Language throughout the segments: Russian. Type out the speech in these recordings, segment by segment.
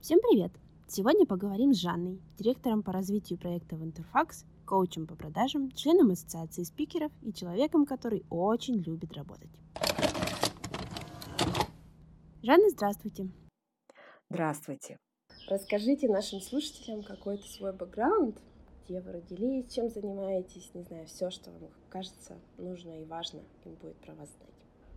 Всем привет! Сегодня поговорим с Жанной, директором по развитию проектов Interfax, коучем по продажам, членом ассоциации спикеров и человеком, который очень любит работать. Жанна, здравствуйте! Здравствуйте. Расскажите нашим слушателям какой-то свой бэкграунд, где вы родились, чем занимаетесь, не знаю, все, что вам кажется нужно и важно им будет про вас знать.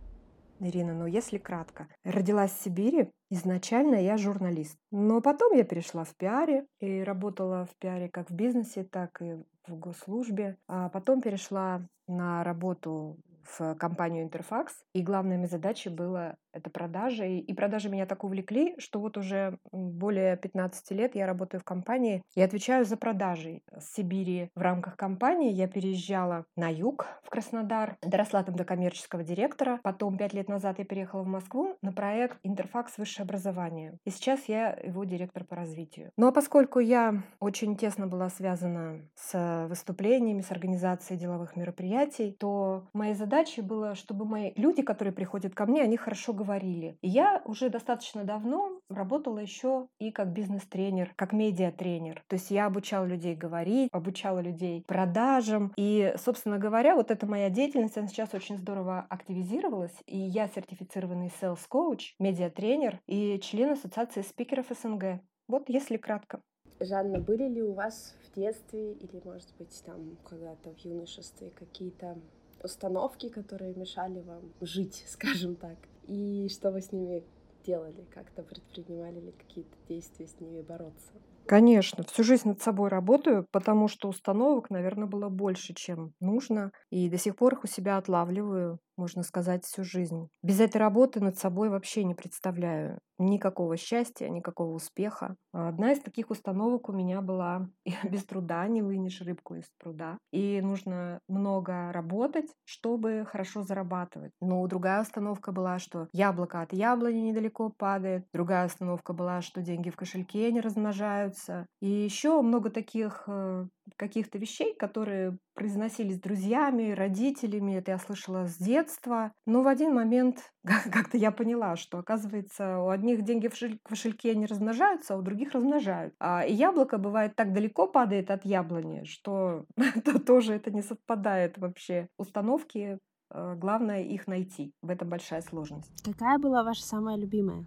Ирина, если кратко. Родилась в Сибири, изначально я журналист. Но потом я перешла в пиаре и работала в пиаре как в бизнесе, так и в госслужбе. А потом перешла на работу в компанию Interfax. И главной моей задачей было это продажи. И продажи меня так увлекли, что вот уже более 15 лет я работаю в компании и отвечаю за продажи. С Сибири в рамках компании я переезжала на юг, в Краснодар, доросла там до коммерческого директора. Потом 5 лет назад я переехала в Москву на проект Interfax высшее образование. И сейчас я его директор по развитию. Ну а поскольку я очень тесно была связана с выступлениями, с организацией деловых мероприятий, то моей задачей было, чтобы мои люди, которые приходят ко мне, они хорошо говорили. И я уже достаточно давно работала еще и как бизнес-тренер, как медиа-тренер. То есть я обучала людей говорить, обучала людей продажам. И, собственно говоря, вот эта моя деятельность, она сейчас очень здорово активизировалась. И я сертифицированный sales-коуч, медиа-тренер и член ассоциации спикеров СНГ. Вот если кратко. Жанна, были ли у вас в детстве или, может быть, там когда-то в юношестве какие-то установки, которые мешали вам жить, скажем так? И что вы с ними делали? Как-то предпринимали ли какие-то действия с ними бороться? Конечно, всю жизнь над собой работаю, потому что установок, наверное, было больше, чем нужно. И до сих пор их у себя отлавливаю, можно сказать, всю жизнь. Без этой работы над собой вообще не представляю никакого счастья, никакого успеха. Одна из таких установок у меня была: без труда не вынешь рыбку из пруда. И нужно много работать, чтобы хорошо зарабатывать. Но другая установка была, что яблоко от яблони недалеко падает. Другая установка была, что деньги в кошельке не размножаются. И еще много таких каких-то вещей, которые произносились друзьями, родителями. Это я слышала с детства. Но в один момент как-то я поняла, что, оказывается, у одних деньги в кошельке не размножаются, а у других размножают. И яблоко бывает так далеко падает от яблони, что тоже это не совпадает вообще. Установки, главное их найти. В этом большая сложность. Какая была ваша самая любимая?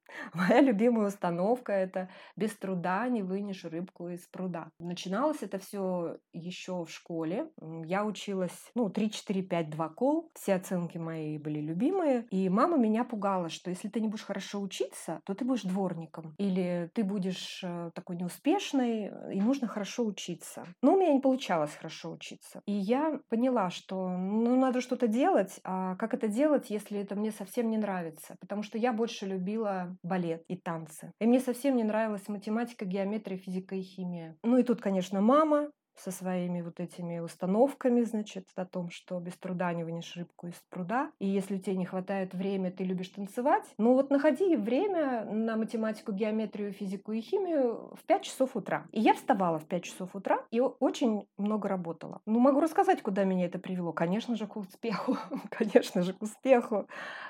Моя любимая установка — это без труда не вынешь рыбку из пруда. Начиналось это все еще в школе. Я училась, 3, 4, 5, 2 кол. Все оценки мои были любимые. И мама меня пугала, что если ты не будешь хорошо учиться, то ты будешь дворником. Или ты будешь такой неуспешной, и нужно хорошо учиться. Но у меня не получалось хорошо учиться. И я поняла, что надо что-то делать. А как это делать, если это мне совсем не нравится? Потому что я больше любила балет и танцы. И мне совсем не нравилась математика, геометрия, физика и химия. И тут, конечно, мама со своими вот этими установками, значит, о том, что без труда не вынешь рыбку из пруда. И если тебе не хватает времени, ты любишь танцевать, находи время на математику, геометрию, физику и химию в 5 часов утра. И я вставала в 5 часов утра и очень много работала. Могу рассказать, куда меня это привело. Конечно же, к успеху. Конечно же, к успеху.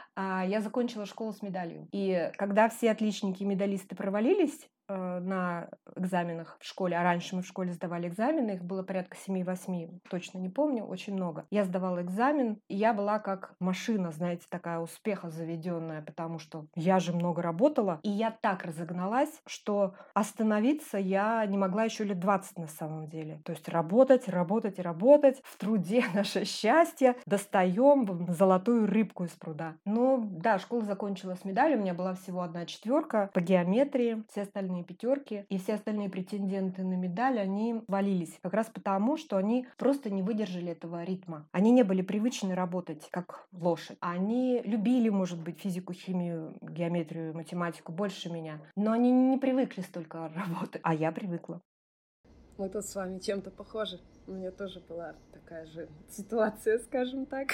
Я закончила школу с медалью. И когда все отличники и медалисты провалились на экзаменах в школе, а раньше мы в школе сдавали экзамены, их было порядка 7-8, точно не помню, очень много. Я сдавала экзамен, и я была как машина, знаете, такая успеха заведенная, потому что я же много работала, и я так разогналась, что остановиться я не могла еще лет 20 на самом деле. То есть работать, работать и работать, в труде наше счастье, достаем золотую рыбку из пруда. Да, школу закончила с медалью, у меня была всего 1 4 по геометрии, все остальные 5, и все остальные претенденты на медаль, они валились. Как раз потому, что они просто не выдержали этого ритма. Они не были привычны работать как лошадь. Они любили, может быть, физику, химию, геометрию, математику больше меня, но они не привыкли столько работать, а я привыкла. Мы тут с вами чем-то похожи. У меня тоже была такая же ситуация, скажем так.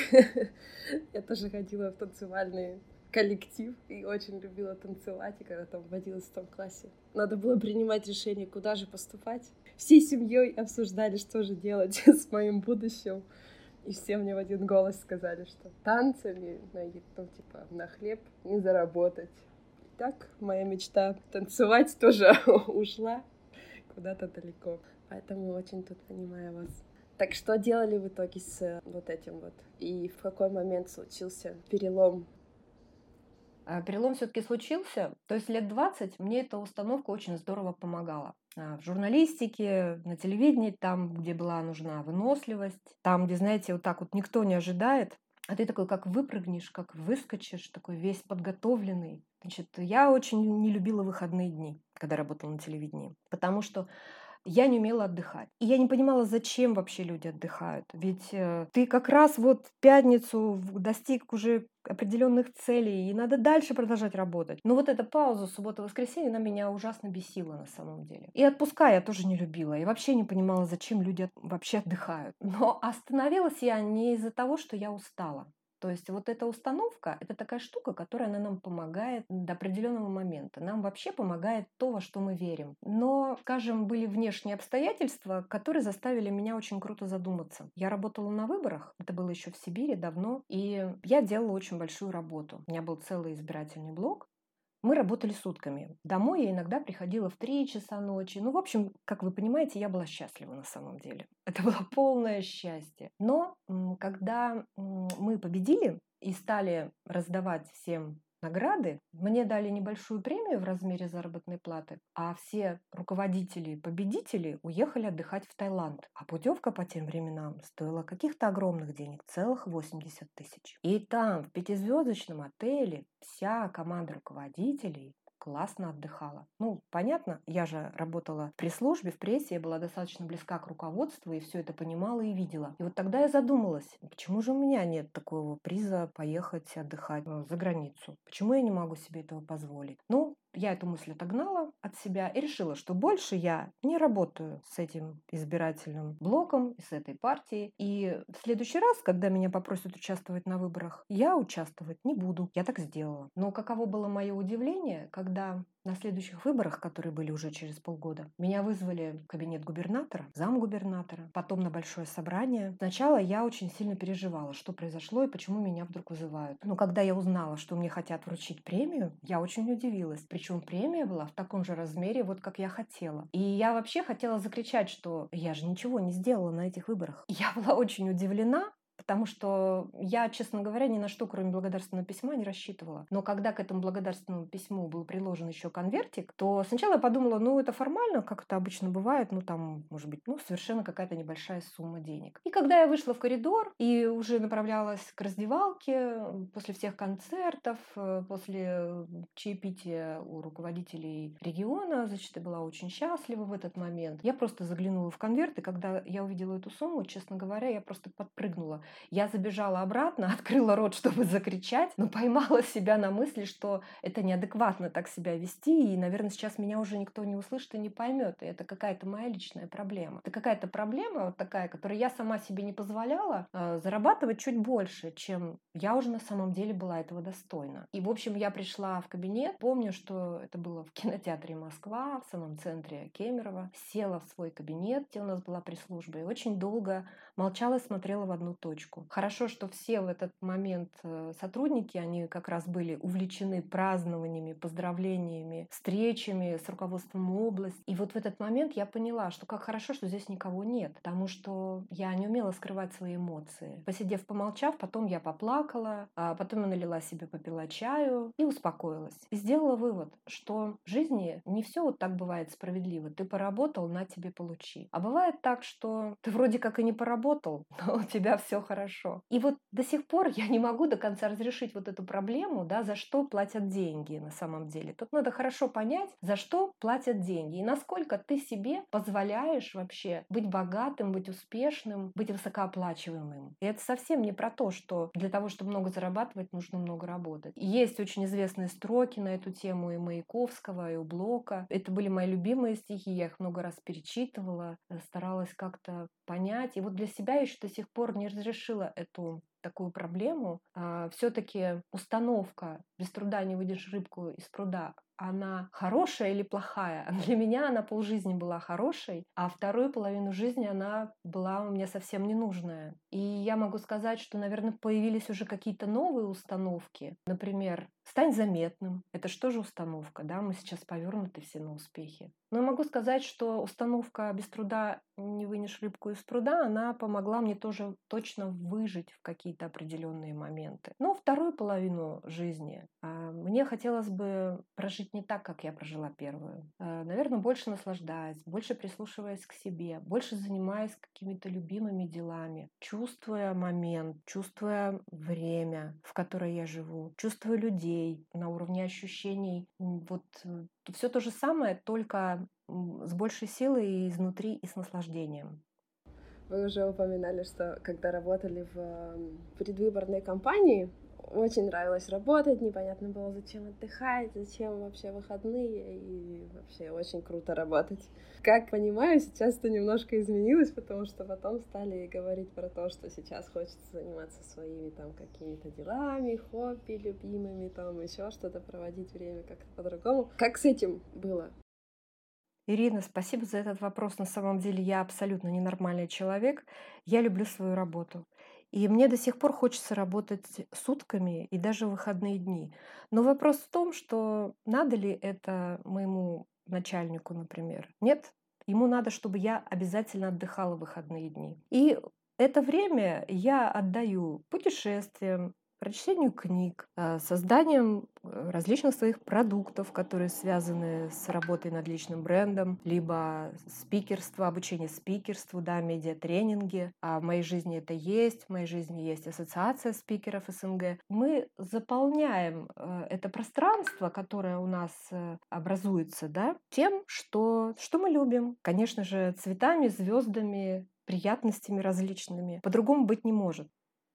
Я тоже ходила в танцевальный коллектив и очень любила танцевать. И когда там в 11 классе надо было принимать решение, куда же поступать, всей семьей обсуждали, что же делать с моим будущим. И все мне в один голос сказали, что танцами на хлеб не заработать. Так, моя мечта танцевать тоже ушла куда-то далеко. Поэтому очень тут понимаю вас. Так что делали в итоге с вот этим вот? И в какой момент случился перелом? Перелом все-таки случился, то есть лет 20 мне эта установка очень здорово помогала. В журналистике, на телевидении, там, где была нужна выносливость, там, где, знаете, вот так вот никто не ожидает, а ты такой, как выпрыгнешь, как выскочишь, такой весь подготовленный. Значит, я очень не любила выходные дни, когда работала на телевидении, потому что я не умела отдыхать. И я не понимала, зачем вообще люди отдыхают. Ведь ты как раз вот в пятницу достиг уже определенных целей, и надо дальше продолжать работать. Но вот эта пауза суббота-воскресенье, она меня ужасно бесила на самом деле. И отпуска я тоже не любила, и вообще не понимала, зачем люди вообще отдыхают. Но остановилась я не из-за того, что я устала. То есть вот эта установка – это такая штука, которая нам помогает до определенного момента. Нам вообще помогает то, во что мы верим. Но, скажем, были внешние обстоятельства, которые заставили меня очень круто задуматься. Я работала на выборах, это было еще в Сибири давно, и я делала очень большую работу. У меня был целый избирательный блок. Мы работали сутками. Домой я иногда приходила в 3 часа ночи. Ну, в общем, как вы понимаете, я была счастлива на самом деле. Это было полное счастье. Но когда мы победили и стали раздавать всем награды, мне дали небольшую премию в размере заработной платы, а все руководители-победители уехали отдыхать в Таиланд. А путевка по тем временам стоила каких-то огромных денег, целых 80 тысяч. И там, в 5-звездочном отеле, вся команда руководителей классно отдыхала. Ну, понятно, я же работала в пресс-службе, в прессе, я была достаточно близка к руководству и все это понимала и видела. И вот тогда я задумалась, почему же у меня нет такого приза поехать отдыхать за границу? Почему я не могу себе этого позволить? Ну, я эту мысль отогнала от себя и решила, что больше я не работаю с этим избирательным блоком и с этой партией. И в следующий раз, когда меня попросят участвовать на выборах, я участвовать не буду. Я так сделала. Но каково было мое удивление, когда на следующих выборах, которые были уже через полгода, меня вызвали в кабинет губернатора, замгубернатора, потом на большое собрание. Сначала я очень сильно переживала, что произошло и почему меня вдруг вызывают. Но когда я узнала, что мне хотят вручить премию, я очень удивилась. Причем премия была в таком же размере, вот как я хотела. И я вообще хотела закричать, что я же ничего не сделала на этих выборах. Я была очень удивлена, потому что я, честно говоря, ни на что, кроме благодарственного письма, не рассчитывала. Но когда к этому благодарственному письму был приложен еще конвертик, то сначала я подумала, ну, это формально, как это обычно бывает, ну, там, может быть, ну, совершенно какая-то небольшая сумма денег. И когда я вышла в коридор и уже направлялась к раздевалке, после всех концертов, после чаепития у руководителей региона, значит, я была очень счастлива в этот момент. Я просто заглянула в конверт, и когда я увидела эту сумму, честно говоря, я просто подпрыгнула. Я забежала обратно, открыла рот, чтобы закричать, но поймала себя на мысли, что это неадекватно так себя вести, и, наверное, сейчас меня уже никто не услышит и не поймет, и это какая-то моя личная проблема. Это какая-то проблема вот такая, которую я сама себе не позволяла зарабатывать чуть больше, чем я уже на самом деле была этого достойна. И, в общем, я пришла в кабинет, помню, что это было в кинотеатре «Москва», в самом центре Кемерово, села в свой кабинет, где у нас была пресс-служба, и очень долго молчала и смотрела в одну точку. Хорошо, что все в этот момент сотрудники, они как раз были увлечены празднованиями, поздравлениями, встречами с руководством области. И вот в этот момент я поняла, что как хорошо, что здесь никого нет, потому что я не умела скрывать свои эмоции. Посидев, помолчав, потом я поплакала, а потом я налила себе, попила чаю и успокоилась. И сделала вывод, что в жизни не все вот так бывает справедливо. Ты поработал, на тебе получи. А бывает так, что ты вроде как и не поработал, но у тебя все хорошо. И вот до сих пор я не могу до конца разрешить вот эту проблему, да, за что платят деньги на самом деле. Тут надо хорошо понять, за что платят деньги и насколько ты себе позволяешь вообще быть богатым, быть успешным, быть высокооплачиваемым. И это совсем не про то, что для того, чтобы много зарабатывать, нужно много работать. И есть очень известные строки на эту тему и Маяковского, и у Блока. Это были мои любимые стихи, я их много раз перечитывала, старалась как-то понять. И вот для себя я еще до сих пор не разрешила эту такую проблему. Все-таки установка «без труда не выйдешь рыбку из пруда», она хорошая или плохая? Для меня она полжизни была хорошей, а вторую половину жизни она была у меня совсем ненужная. И я могу сказать, что, наверное, появились уже какие-то новые установки. Например, Стань заметным. Это же тоже установка, да? Мы сейчас повернуты все на успехи. Но я могу сказать, что установка «без труда не вынешь рыбку из пруда», она помогла мне тоже точно выжить в какие-то определенные моменты. Но вторую половину жизни мне хотелось бы прожить не так, как я прожила первую. Наверное, больше наслаждаясь, больше прислушиваясь к себе, больше занимаясь какими-то любимыми делами, чувствуя момент, чувствуя время, в которое я живу, чувствуя людей на уровне ощущений. Вот все то же самое, только с большей силой и изнутри, и с наслаждением. Вы уже упоминали, что когда работали в предвыборной кампании, очень нравилось работать, непонятно было, зачем отдыхать, зачем вообще выходные, и вообще очень круто работать. Как понимаю, сейчас это немножко изменилось, потому что потом стали говорить про то, что сейчас хочется заниматься своими там какими-то делами, хобби любимыми, там еще что-то, проводить время как-то по-другому. Как с этим было? Ирина, спасибо за этот вопрос. На самом деле я абсолютно ненормальный человек. Я люблю свою работу. И мне до сих пор хочется работать сутками и даже в выходные дни. Но вопрос в том, что надо ли это моему начальнику, например? Нет. Ему надо, чтобы я обязательно отдыхала в выходные дни. И это время я отдаю путешествиям, прочтению книг, созданием различных своих продуктов, которые связаны с работой над личным брендом, либо спикерство, обучение спикерству, да, медиатренинги. А в моей жизни это есть, в моей жизни есть ассоциация спикеров СНГ. Мы заполняем это пространство, которое у нас образуется, да, тем, что мы любим. Конечно же, цветами, звездами, приятностями различными. По-другому быть не может.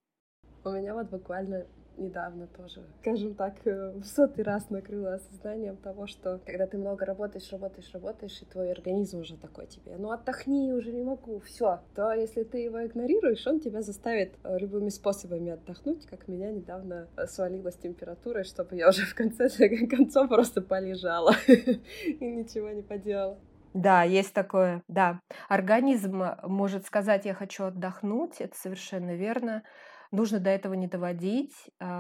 У меня вот буквально недавно тоже, скажем так, в 100-й раз накрыло осознанием того, что когда ты много работаешь, и твой организм уже такой тебе, ну отдохни, уже не могу, все, то если ты его игнорируешь, он тебя заставит любыми способами отдохнуть, как меня недавно свалилась температурой, чтобы я уже в конце концов просто полежала и ничего не поделала. Да, есть такое, да. Организм может сказать: «Я хочу отдохнуть», это совершенно верно. Нужно до этого не доводить,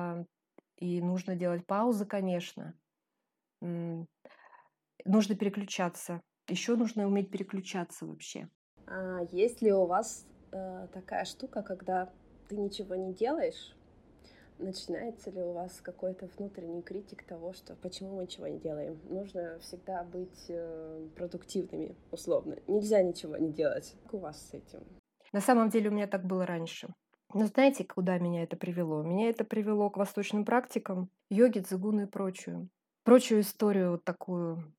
и нужно делать паузы, конечно. Нужно переключаться. Еще нужно уметь переключаться вообще. А есть ли у вас такая штука, когда ты ничего не делаешь? Начинается ли у вас какой-то внутренний критик того, что почему мы ничего не делаем? Нужно всегда быть продуктивными, условно. Нельзя ничего не делать. Как у вас с этим? На самом деле у меня так было раньше. Но знаете, куда меня это привело? Меня это привело к восточным практикам, йоге, цигуну и прочую историю вот такую,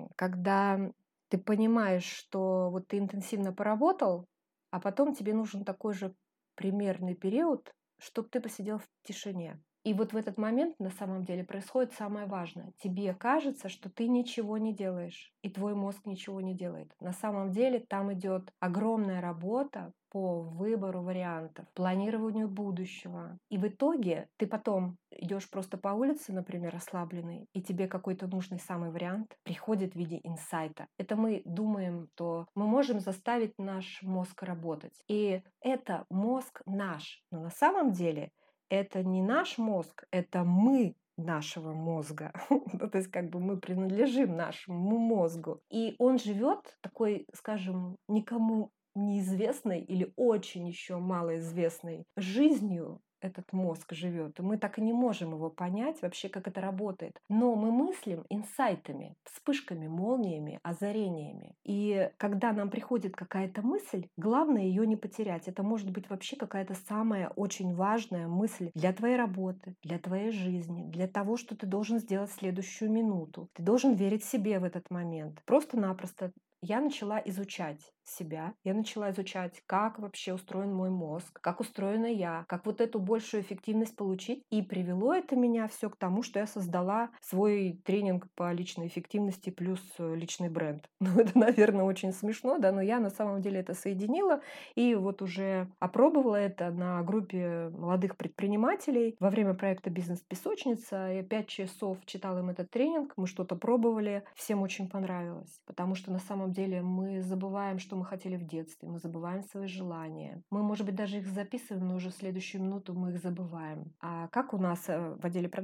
когда ты понимаешь, что вот ты интенсивно поработал, а потом тебе нужен такой же примерный период, чтобы ты посидел в тишине. И вот в этот момент на самом деле происходит самое важное. Тебе кажется, что ты ничего не делаешь, и твой мозг ничего не делает. На самом деле там идет огромная работа по выбору вариантов, планированию будущего. И в итоге ты потом идешь просто по улице, например, расслабленный, и тебе какой-то нужный самый вариант приходит в виде инсайта. Это мы думаем, что мы можем заставить наш мозг работать. И это мозг наш. Но на самом деле это не наш мозг, это мы нашего мозга. То есть как бы мы принадлежим нашему мозгу. И он живет такой, скажем, никому неизвестной или очень еще малоизвестной жизнью, этот мозг живет, и мы так и не можем его понять вообще, как это работает. Но мы мыслим инсайтами, вспышками, молниями, озарениями. И когда нам приходит какая-то мысль, главное ее не потерять. Это может быть вообще какая-то самая очень важная мысль для твоей работы, для твоей жизни, для того, что ты должен сделать в следующую минуту. Ты должен верить себе в этот момент. Просто-напросто я начала изучать себя, я начала изучать, как вообще устроен мой мозг, как устроена я, как вот эту большую эффективность получить. И привело это меня все к тому, что я создала свой тренинг по личной эффективности плюс личный бренд. Ну, это, наверное, очень смешно, да, но я на самом деле это соединила и вот уже опробовала это на группе молодых предпринимателей во время проекта «Бизнес-песочница». Я 5 часов читала им этот тренинг, мы что-то пробовали, всем очень понравилось, потому что на самом деле мы забываем, что мы хотели в детстве, мы забываем свои желания. Мы, может быть, даже их записываем, но уже в следующую минуту мы их забываем. А как у нас в отделе продаж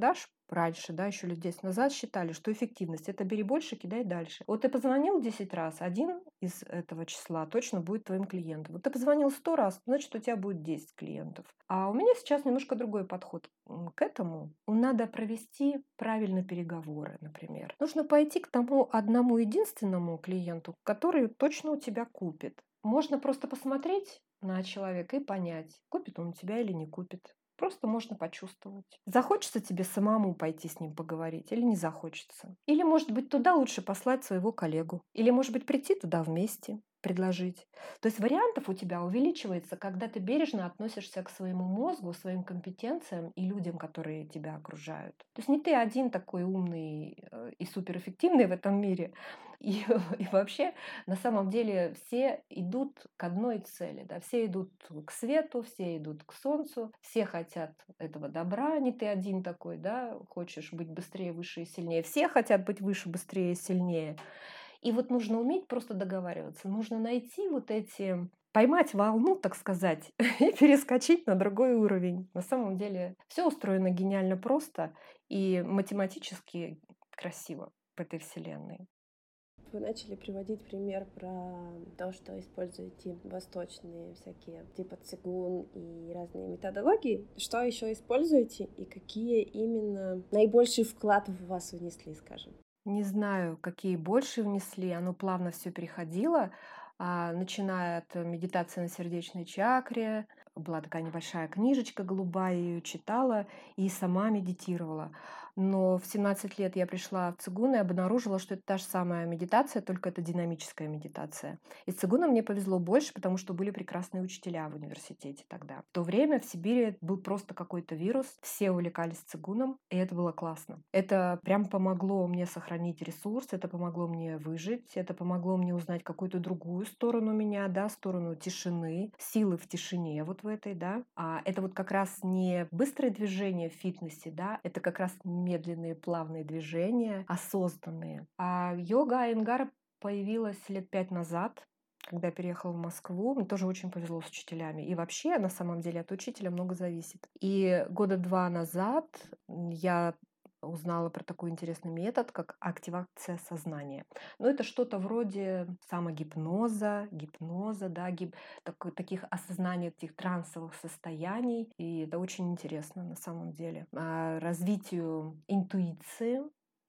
раньше, да, еще лет 10 назад считали, что эффективность — это бери больше, кидай дальше. Вот ты позвонил 10 раз, один из этого числа точно будет твоим клиентом. Вот ты позвонил 100 раз, значит, у тебя будет 10 клиентов. А у меня сейчас немножко другой подход к этому. Надо провести правильно переговоры, например. Нужно пойти к тому одному единственному клиенту, который точно у тебя купит. Можно просто посмотреть на человека и понять, купит он у тебя или не купит. Просто можно почувствовать. Захочется тебе самому пойти с ним поговорить или не захочется? Или, может быть, туда лучше послать своего коллегу? Или, может быть, прийти туда вместе, предложить? То есть вариантов у тебя увеличивается, когда ты бережно относишься к своему мозгу, своим компетенциям и людям, которые тебя окружают. То есть не ты один такой умный и суперэффективный в этом мире. И вообще, на самом деле, все идут к одной цели. Да? Все идут к свету, все идут к солнцу, все хотят этого добра. Не ты один такой, да, хочешь быть быстрее, выше и сильнее. Все хотят быть выше, быстрее и сильнее. И вот нужно уметь просто договариваться. Нужно найти вот эти... поймать волну, так сказать, и перескочить на другой уровень. На самом деле все устроено гениально просто и математически красиво в этой вселенной. Вы начали приводить пример про то, что используете восточные всякие типа цигун и разные методологии. Что еще используете и какие именно наибольший вклад в вас внесли, скажем? Не знаю, какие больше внесли, оно плавно все переходило, начиная от медитации на сердечной чакре. Была такая небольшая книжечка голубая, я ее читала и сама медитировала. Но в 17 лет я пришла в цигун и обнаружила, что это та же самая медитация, только это динамическая медитация. И с цигуном мне повезло больше, потому что были прекрасные учителя в университете тогда. В то время в Сибири был просто какой-то вирус, все увлекались цигуном, и это было классно. Это прям помогло мне сохранить ресурс, это помогло мне выжить, это помогло мне узнать какую-то другую сторону меня, да, сторону тишины, силы в тишине вот в этой, да. А это вот как раз не быстрое движение в фитнесе, да, это как раз медленные плавные движения, осознанные. А йога Айенгара появилась лет 5 назад, когда я переехала в Москву. Мне тоже очень повезло с учителями. И вообще, на самом деле, от учителя много зависит. И года 2 назад я узнала про такой интересный метод, как активация сознания. Но это что-то вроде самогипноза, гипноза, да, таких осознаний, таких трансовых состояний. И это очень интересно на самом деле. Развитию интуиции,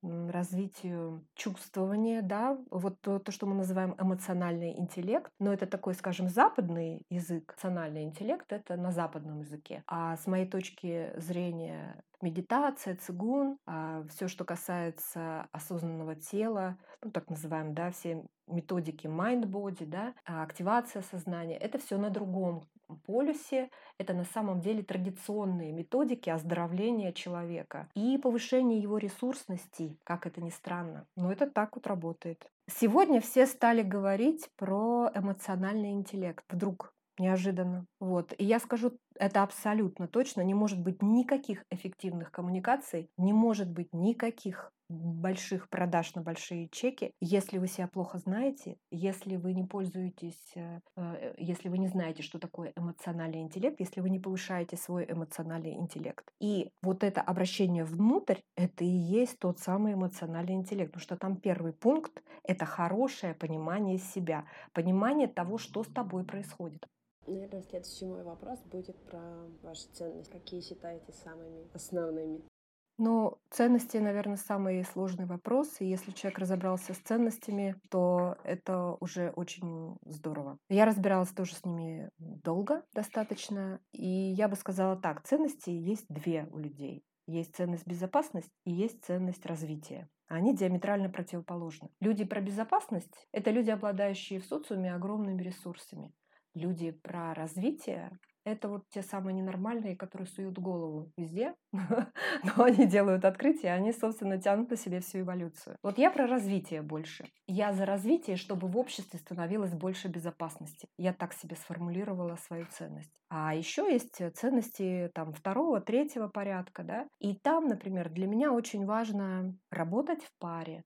развитию чувствования, да, вот то, что мы называем эмоциональный интеллект, но это такой, скажем, западный язык. Эмоциональный интеллект — это на западном языке. А с моей точки зрения медитация, цигун, все, что касается осознанного тела, ну, так называем, да, все методики mind-body, да, активация сознания, это все на другом полюсе. Это на самом деле традиционные методики оздоровления человека и повышения его ресурсности, как это ни странно. Но это так вот работает. Сегодня все стали говорить про эмоциональный интеллект. Вдруг неожиданно. Вот. И я скажу, это абсолютно точно. Не может быть никаких эффективных коммуникаций, не может быть никаких больших продаж на большие чеки, если вы себя плохо знаете, если вы не пользуетесь, если вы не знаете, что такое эмоциональный интеллект, если вы не повышаете свой эмоциональный интеллект. И вот это обращение внутрь, это и есть тот самый эмоциональный интеллект, потому что там первый пункт — это хорошее понимание себя, понимание того, что с тобой происходит. Наверное, следующий мой вопрос будет про ваши ценности. Какие считаете самыми основными? Ну, ценности, наверное, самый сложный вопрос. И если человек разобрался с ценностями, то это уже очень здорово. Я разбиралась тоже с ними долго достаточно. И я бы сказала так, ценности есть две у людей. Есть ценность безопасности и есть ценность развития. Они диаметрально противоположны. Люди про безопасность — это люди, обладающие в социуме огромными ресурсами. Люди про развитие — это вот те самые ненормальные, которые суют голову везде, но они делают открытия, они, собственно, тянут на себе всю эволюцию. Вот я про развитие больше. Я за развитие, чтобы в обществе становилось больше безопасности. Я так себе сформулировала свою ценность. А еще есть ценности там второго, третьего порядка, да. И там, например, для меня очень важно работать в паре,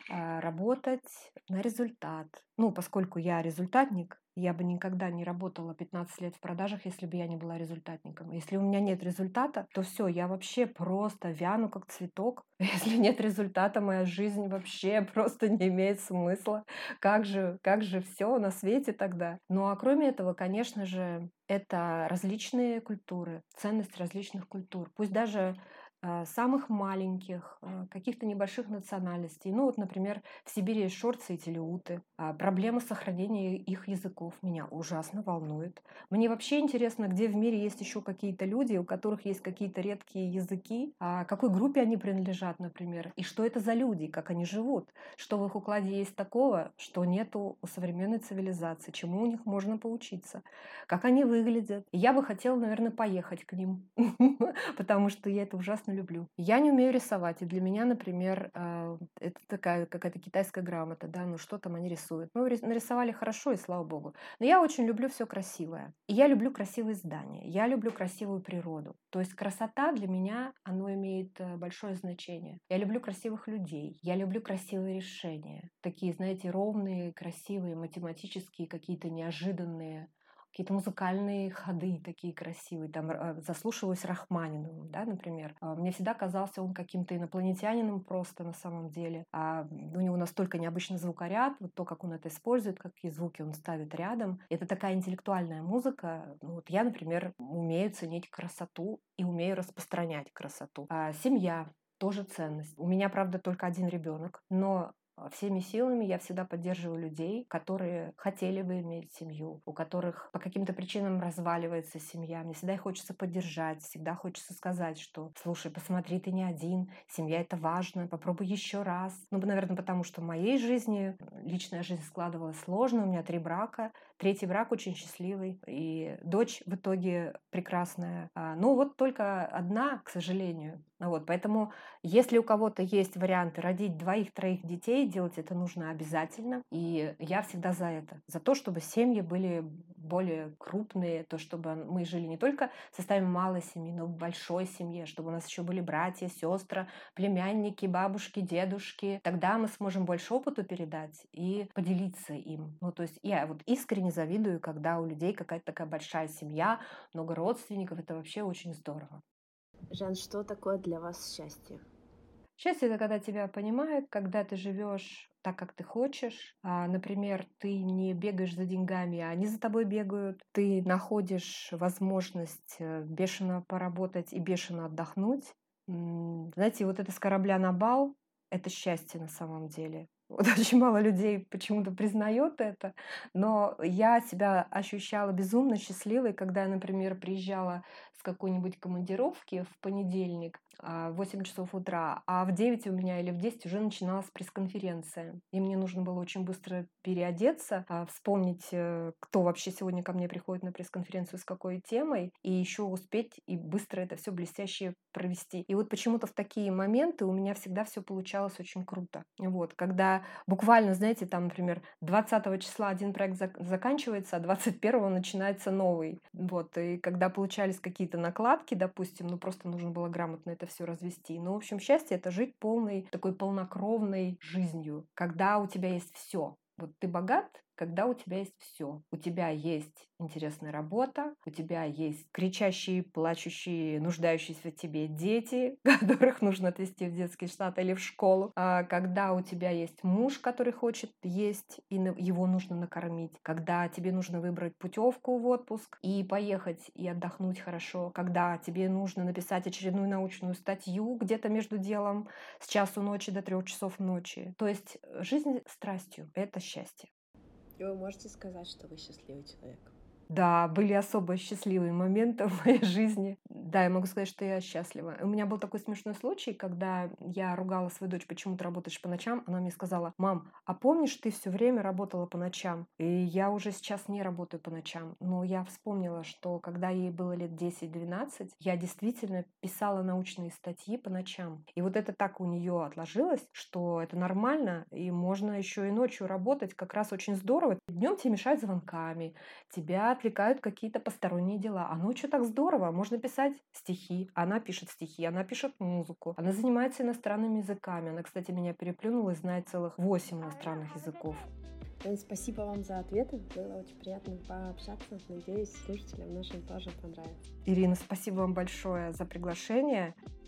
работать на результат. Ну, поскольку я результатник, я бы никогда не работала 15 лет в продажах, если бы я не была результатником. Если у меня нет результата, то все, я вообще просто вяну как цветок. Если нет результата, моя жизнь вообще просто не имеет смысла. Как же все на свете тогда? Ну а кроме этого, конечно же, это различные культуры, ценность различных культур. Пусть даже самых маленьких, каких-то небольших национальностей. Ну вот, например, в Сибири есть шорцы и телеуты. Проблема сохранения их языков меня ужасно волнует. Мне вообще интересно, где в мире есть еще какие-то люди, у которых есть какие-то редкие языки, какой группе они принадлежат, например, и что это за люди, как они живут, что в их укладе есть такого, что нету у современной цивилизации, чему у них можно поучиться, как они выглядят. И я бы хотела, наверное, поехать к ним, потому что я это ужасно люблю. Я не умею рисовать, и для меня, например, это такая какая-то китайская грамота, да, ну что там они рисуют. Ну, нарисовали хорошо, и слава богу. Но я очень люблю все красивое. И я люблю красивые здания, я люблю красивую природу. То есть красота для меня, оно имеет большое значение. Я люблю красивых людей, я люблю красивые решения. Такие, знаете, ровные, красивые, математические, какие-то неожиданные, какие-то музыкальные ходы такие красивые. Там заслушиваюсь Рахманиновым, да, например. Мне всегда казался он каким-то инопланетянином просто на самом деле. У него настолько необычный звукоряд, вот то, как он это использует, какие звуки он ставит рядом. Это такая интеллектуальная музыка. Ну, вот я, например, умею ценить красоту и умею распространять красоту. Семья тоже ценность. У меня, правда, только один ребенок, но всеми силами я всегда поддерживаю людей, которые хотели бы иметь семью, у которых по каким-то причинам разваливается семья. Мне всегда их хочется поддержать, всегда хочется сказать, что слушай, посмотри, ты не один, семья — это важно, попробуй еще раз. Ну, наверное, потому что в моей жизни личная жизнь складывалась сложно, у меня 3 брака, 3-й брак очень счастливый, и дочь в итоге прекрасная. Ну, вот только одна, к сожалению. Вот, поэтому если у кого-то есть варианты родить 2-3 детей, делать это нужно обязательно. И я всегда за это. За то, чтобы семьи были более крупные, то, чтобы мы жили не только в составе малой семьи, но в большой семье, чтобы у нас еще были братья, сестры, племянники, бабушки, дедушки. Тогда мы сможем больше опыту передать и поделиться им. Ну, то есть я вот искренне завидую, когда у людей какая-то такая большая семья, много родственников. Это вообще очень здорово. Жан, что такое для вас счастье? Счастье — это когда тебя понимают, когда ты живешь так, как ты хочешь. Например, ты не бегаешь за деньгами, а они за тобой бегают. Ты находишь возможность бешено поработать и бешено отдохнуть. Знаете, вот это с корабля на бал — это счастье на самом деле. Вот очень мало людей почему-то признает это, но я себя ощущала безумно счастливой, когда я, например, приезжала с какой-нибудь командировки в понедельник в 8 часов утра, а в 9 у меня или в 10 уже начиналась пресс-конференция. И мне нужно было очень быстро переодеться, вспомнить, кто вообще сегодня ко мне приходит на пресс-конференцию, с какой темой, и еще успеть и быстро это все блестяще провести. И вот почему-то в такие моменты у меня всегда все получалось очень круто. Вот, когда буквально, знаете, там, например, 20 числа один проект заканчивается, а 21 начинается новый. Вот, и когда получались какие-то накладки, допустим, ну просто нужно было грамотно это все развести. Ну, в общем, счастье — это жить полной, такой полнокровной жизнью, когда у тебя есть все. Вот ты богат, когда у тебя есть все. У тебя есть интересная работа, у тебя есть кричащие, плачущие, нуждающиеся в тебе дети, которых нужно отвезти в детский сад или в школу. Когда у тебя есть муж, который хочет есть, и его нужно накормить. Когда тебе нужно выбрать путевку в отпуск и поехать и отдохнуть хорошо. Когда тебе нужно написать очередную научную статью где-то между делом с часу ночи до 3 часов ночи. То есть жизнь страстью — это счастье. И вы можете сказать, что вы счастливый человек? Да, были особо счастливые моменты в моей жизни. Да, я могу сказать, что я счастлива. У меня был такой смешной случай, когда я ругала свою дочь: почему ты работаешь по ночам. Она мне сказала: мам, а помнишь, ты все время работала по ночам? И я уже сейчас не работаю по ночам. Но я вспомнила, что когда ей было лет 10-12, я действительно писала научные статьи по ночам. И вот это так у нее отложилось, что это нормально, и можно еще и ночью работать. Как раз очень здорово. Днем тебе мешают звонками, тебя отвлекают какие-то посторонние дела. А ночью так здорово, можно писать стихи. Она пишет стихи, она пишет музыку. Она занимается иностранными языками. Она, кстати, меня переплюнула и знает целых 8 иностранных языков. Спасибо вам за ответы. Было очень приятно пообщаться. Надеюсь, слушателям нашим тоже понравится. Ирина, спасибо вам большое за приглашение.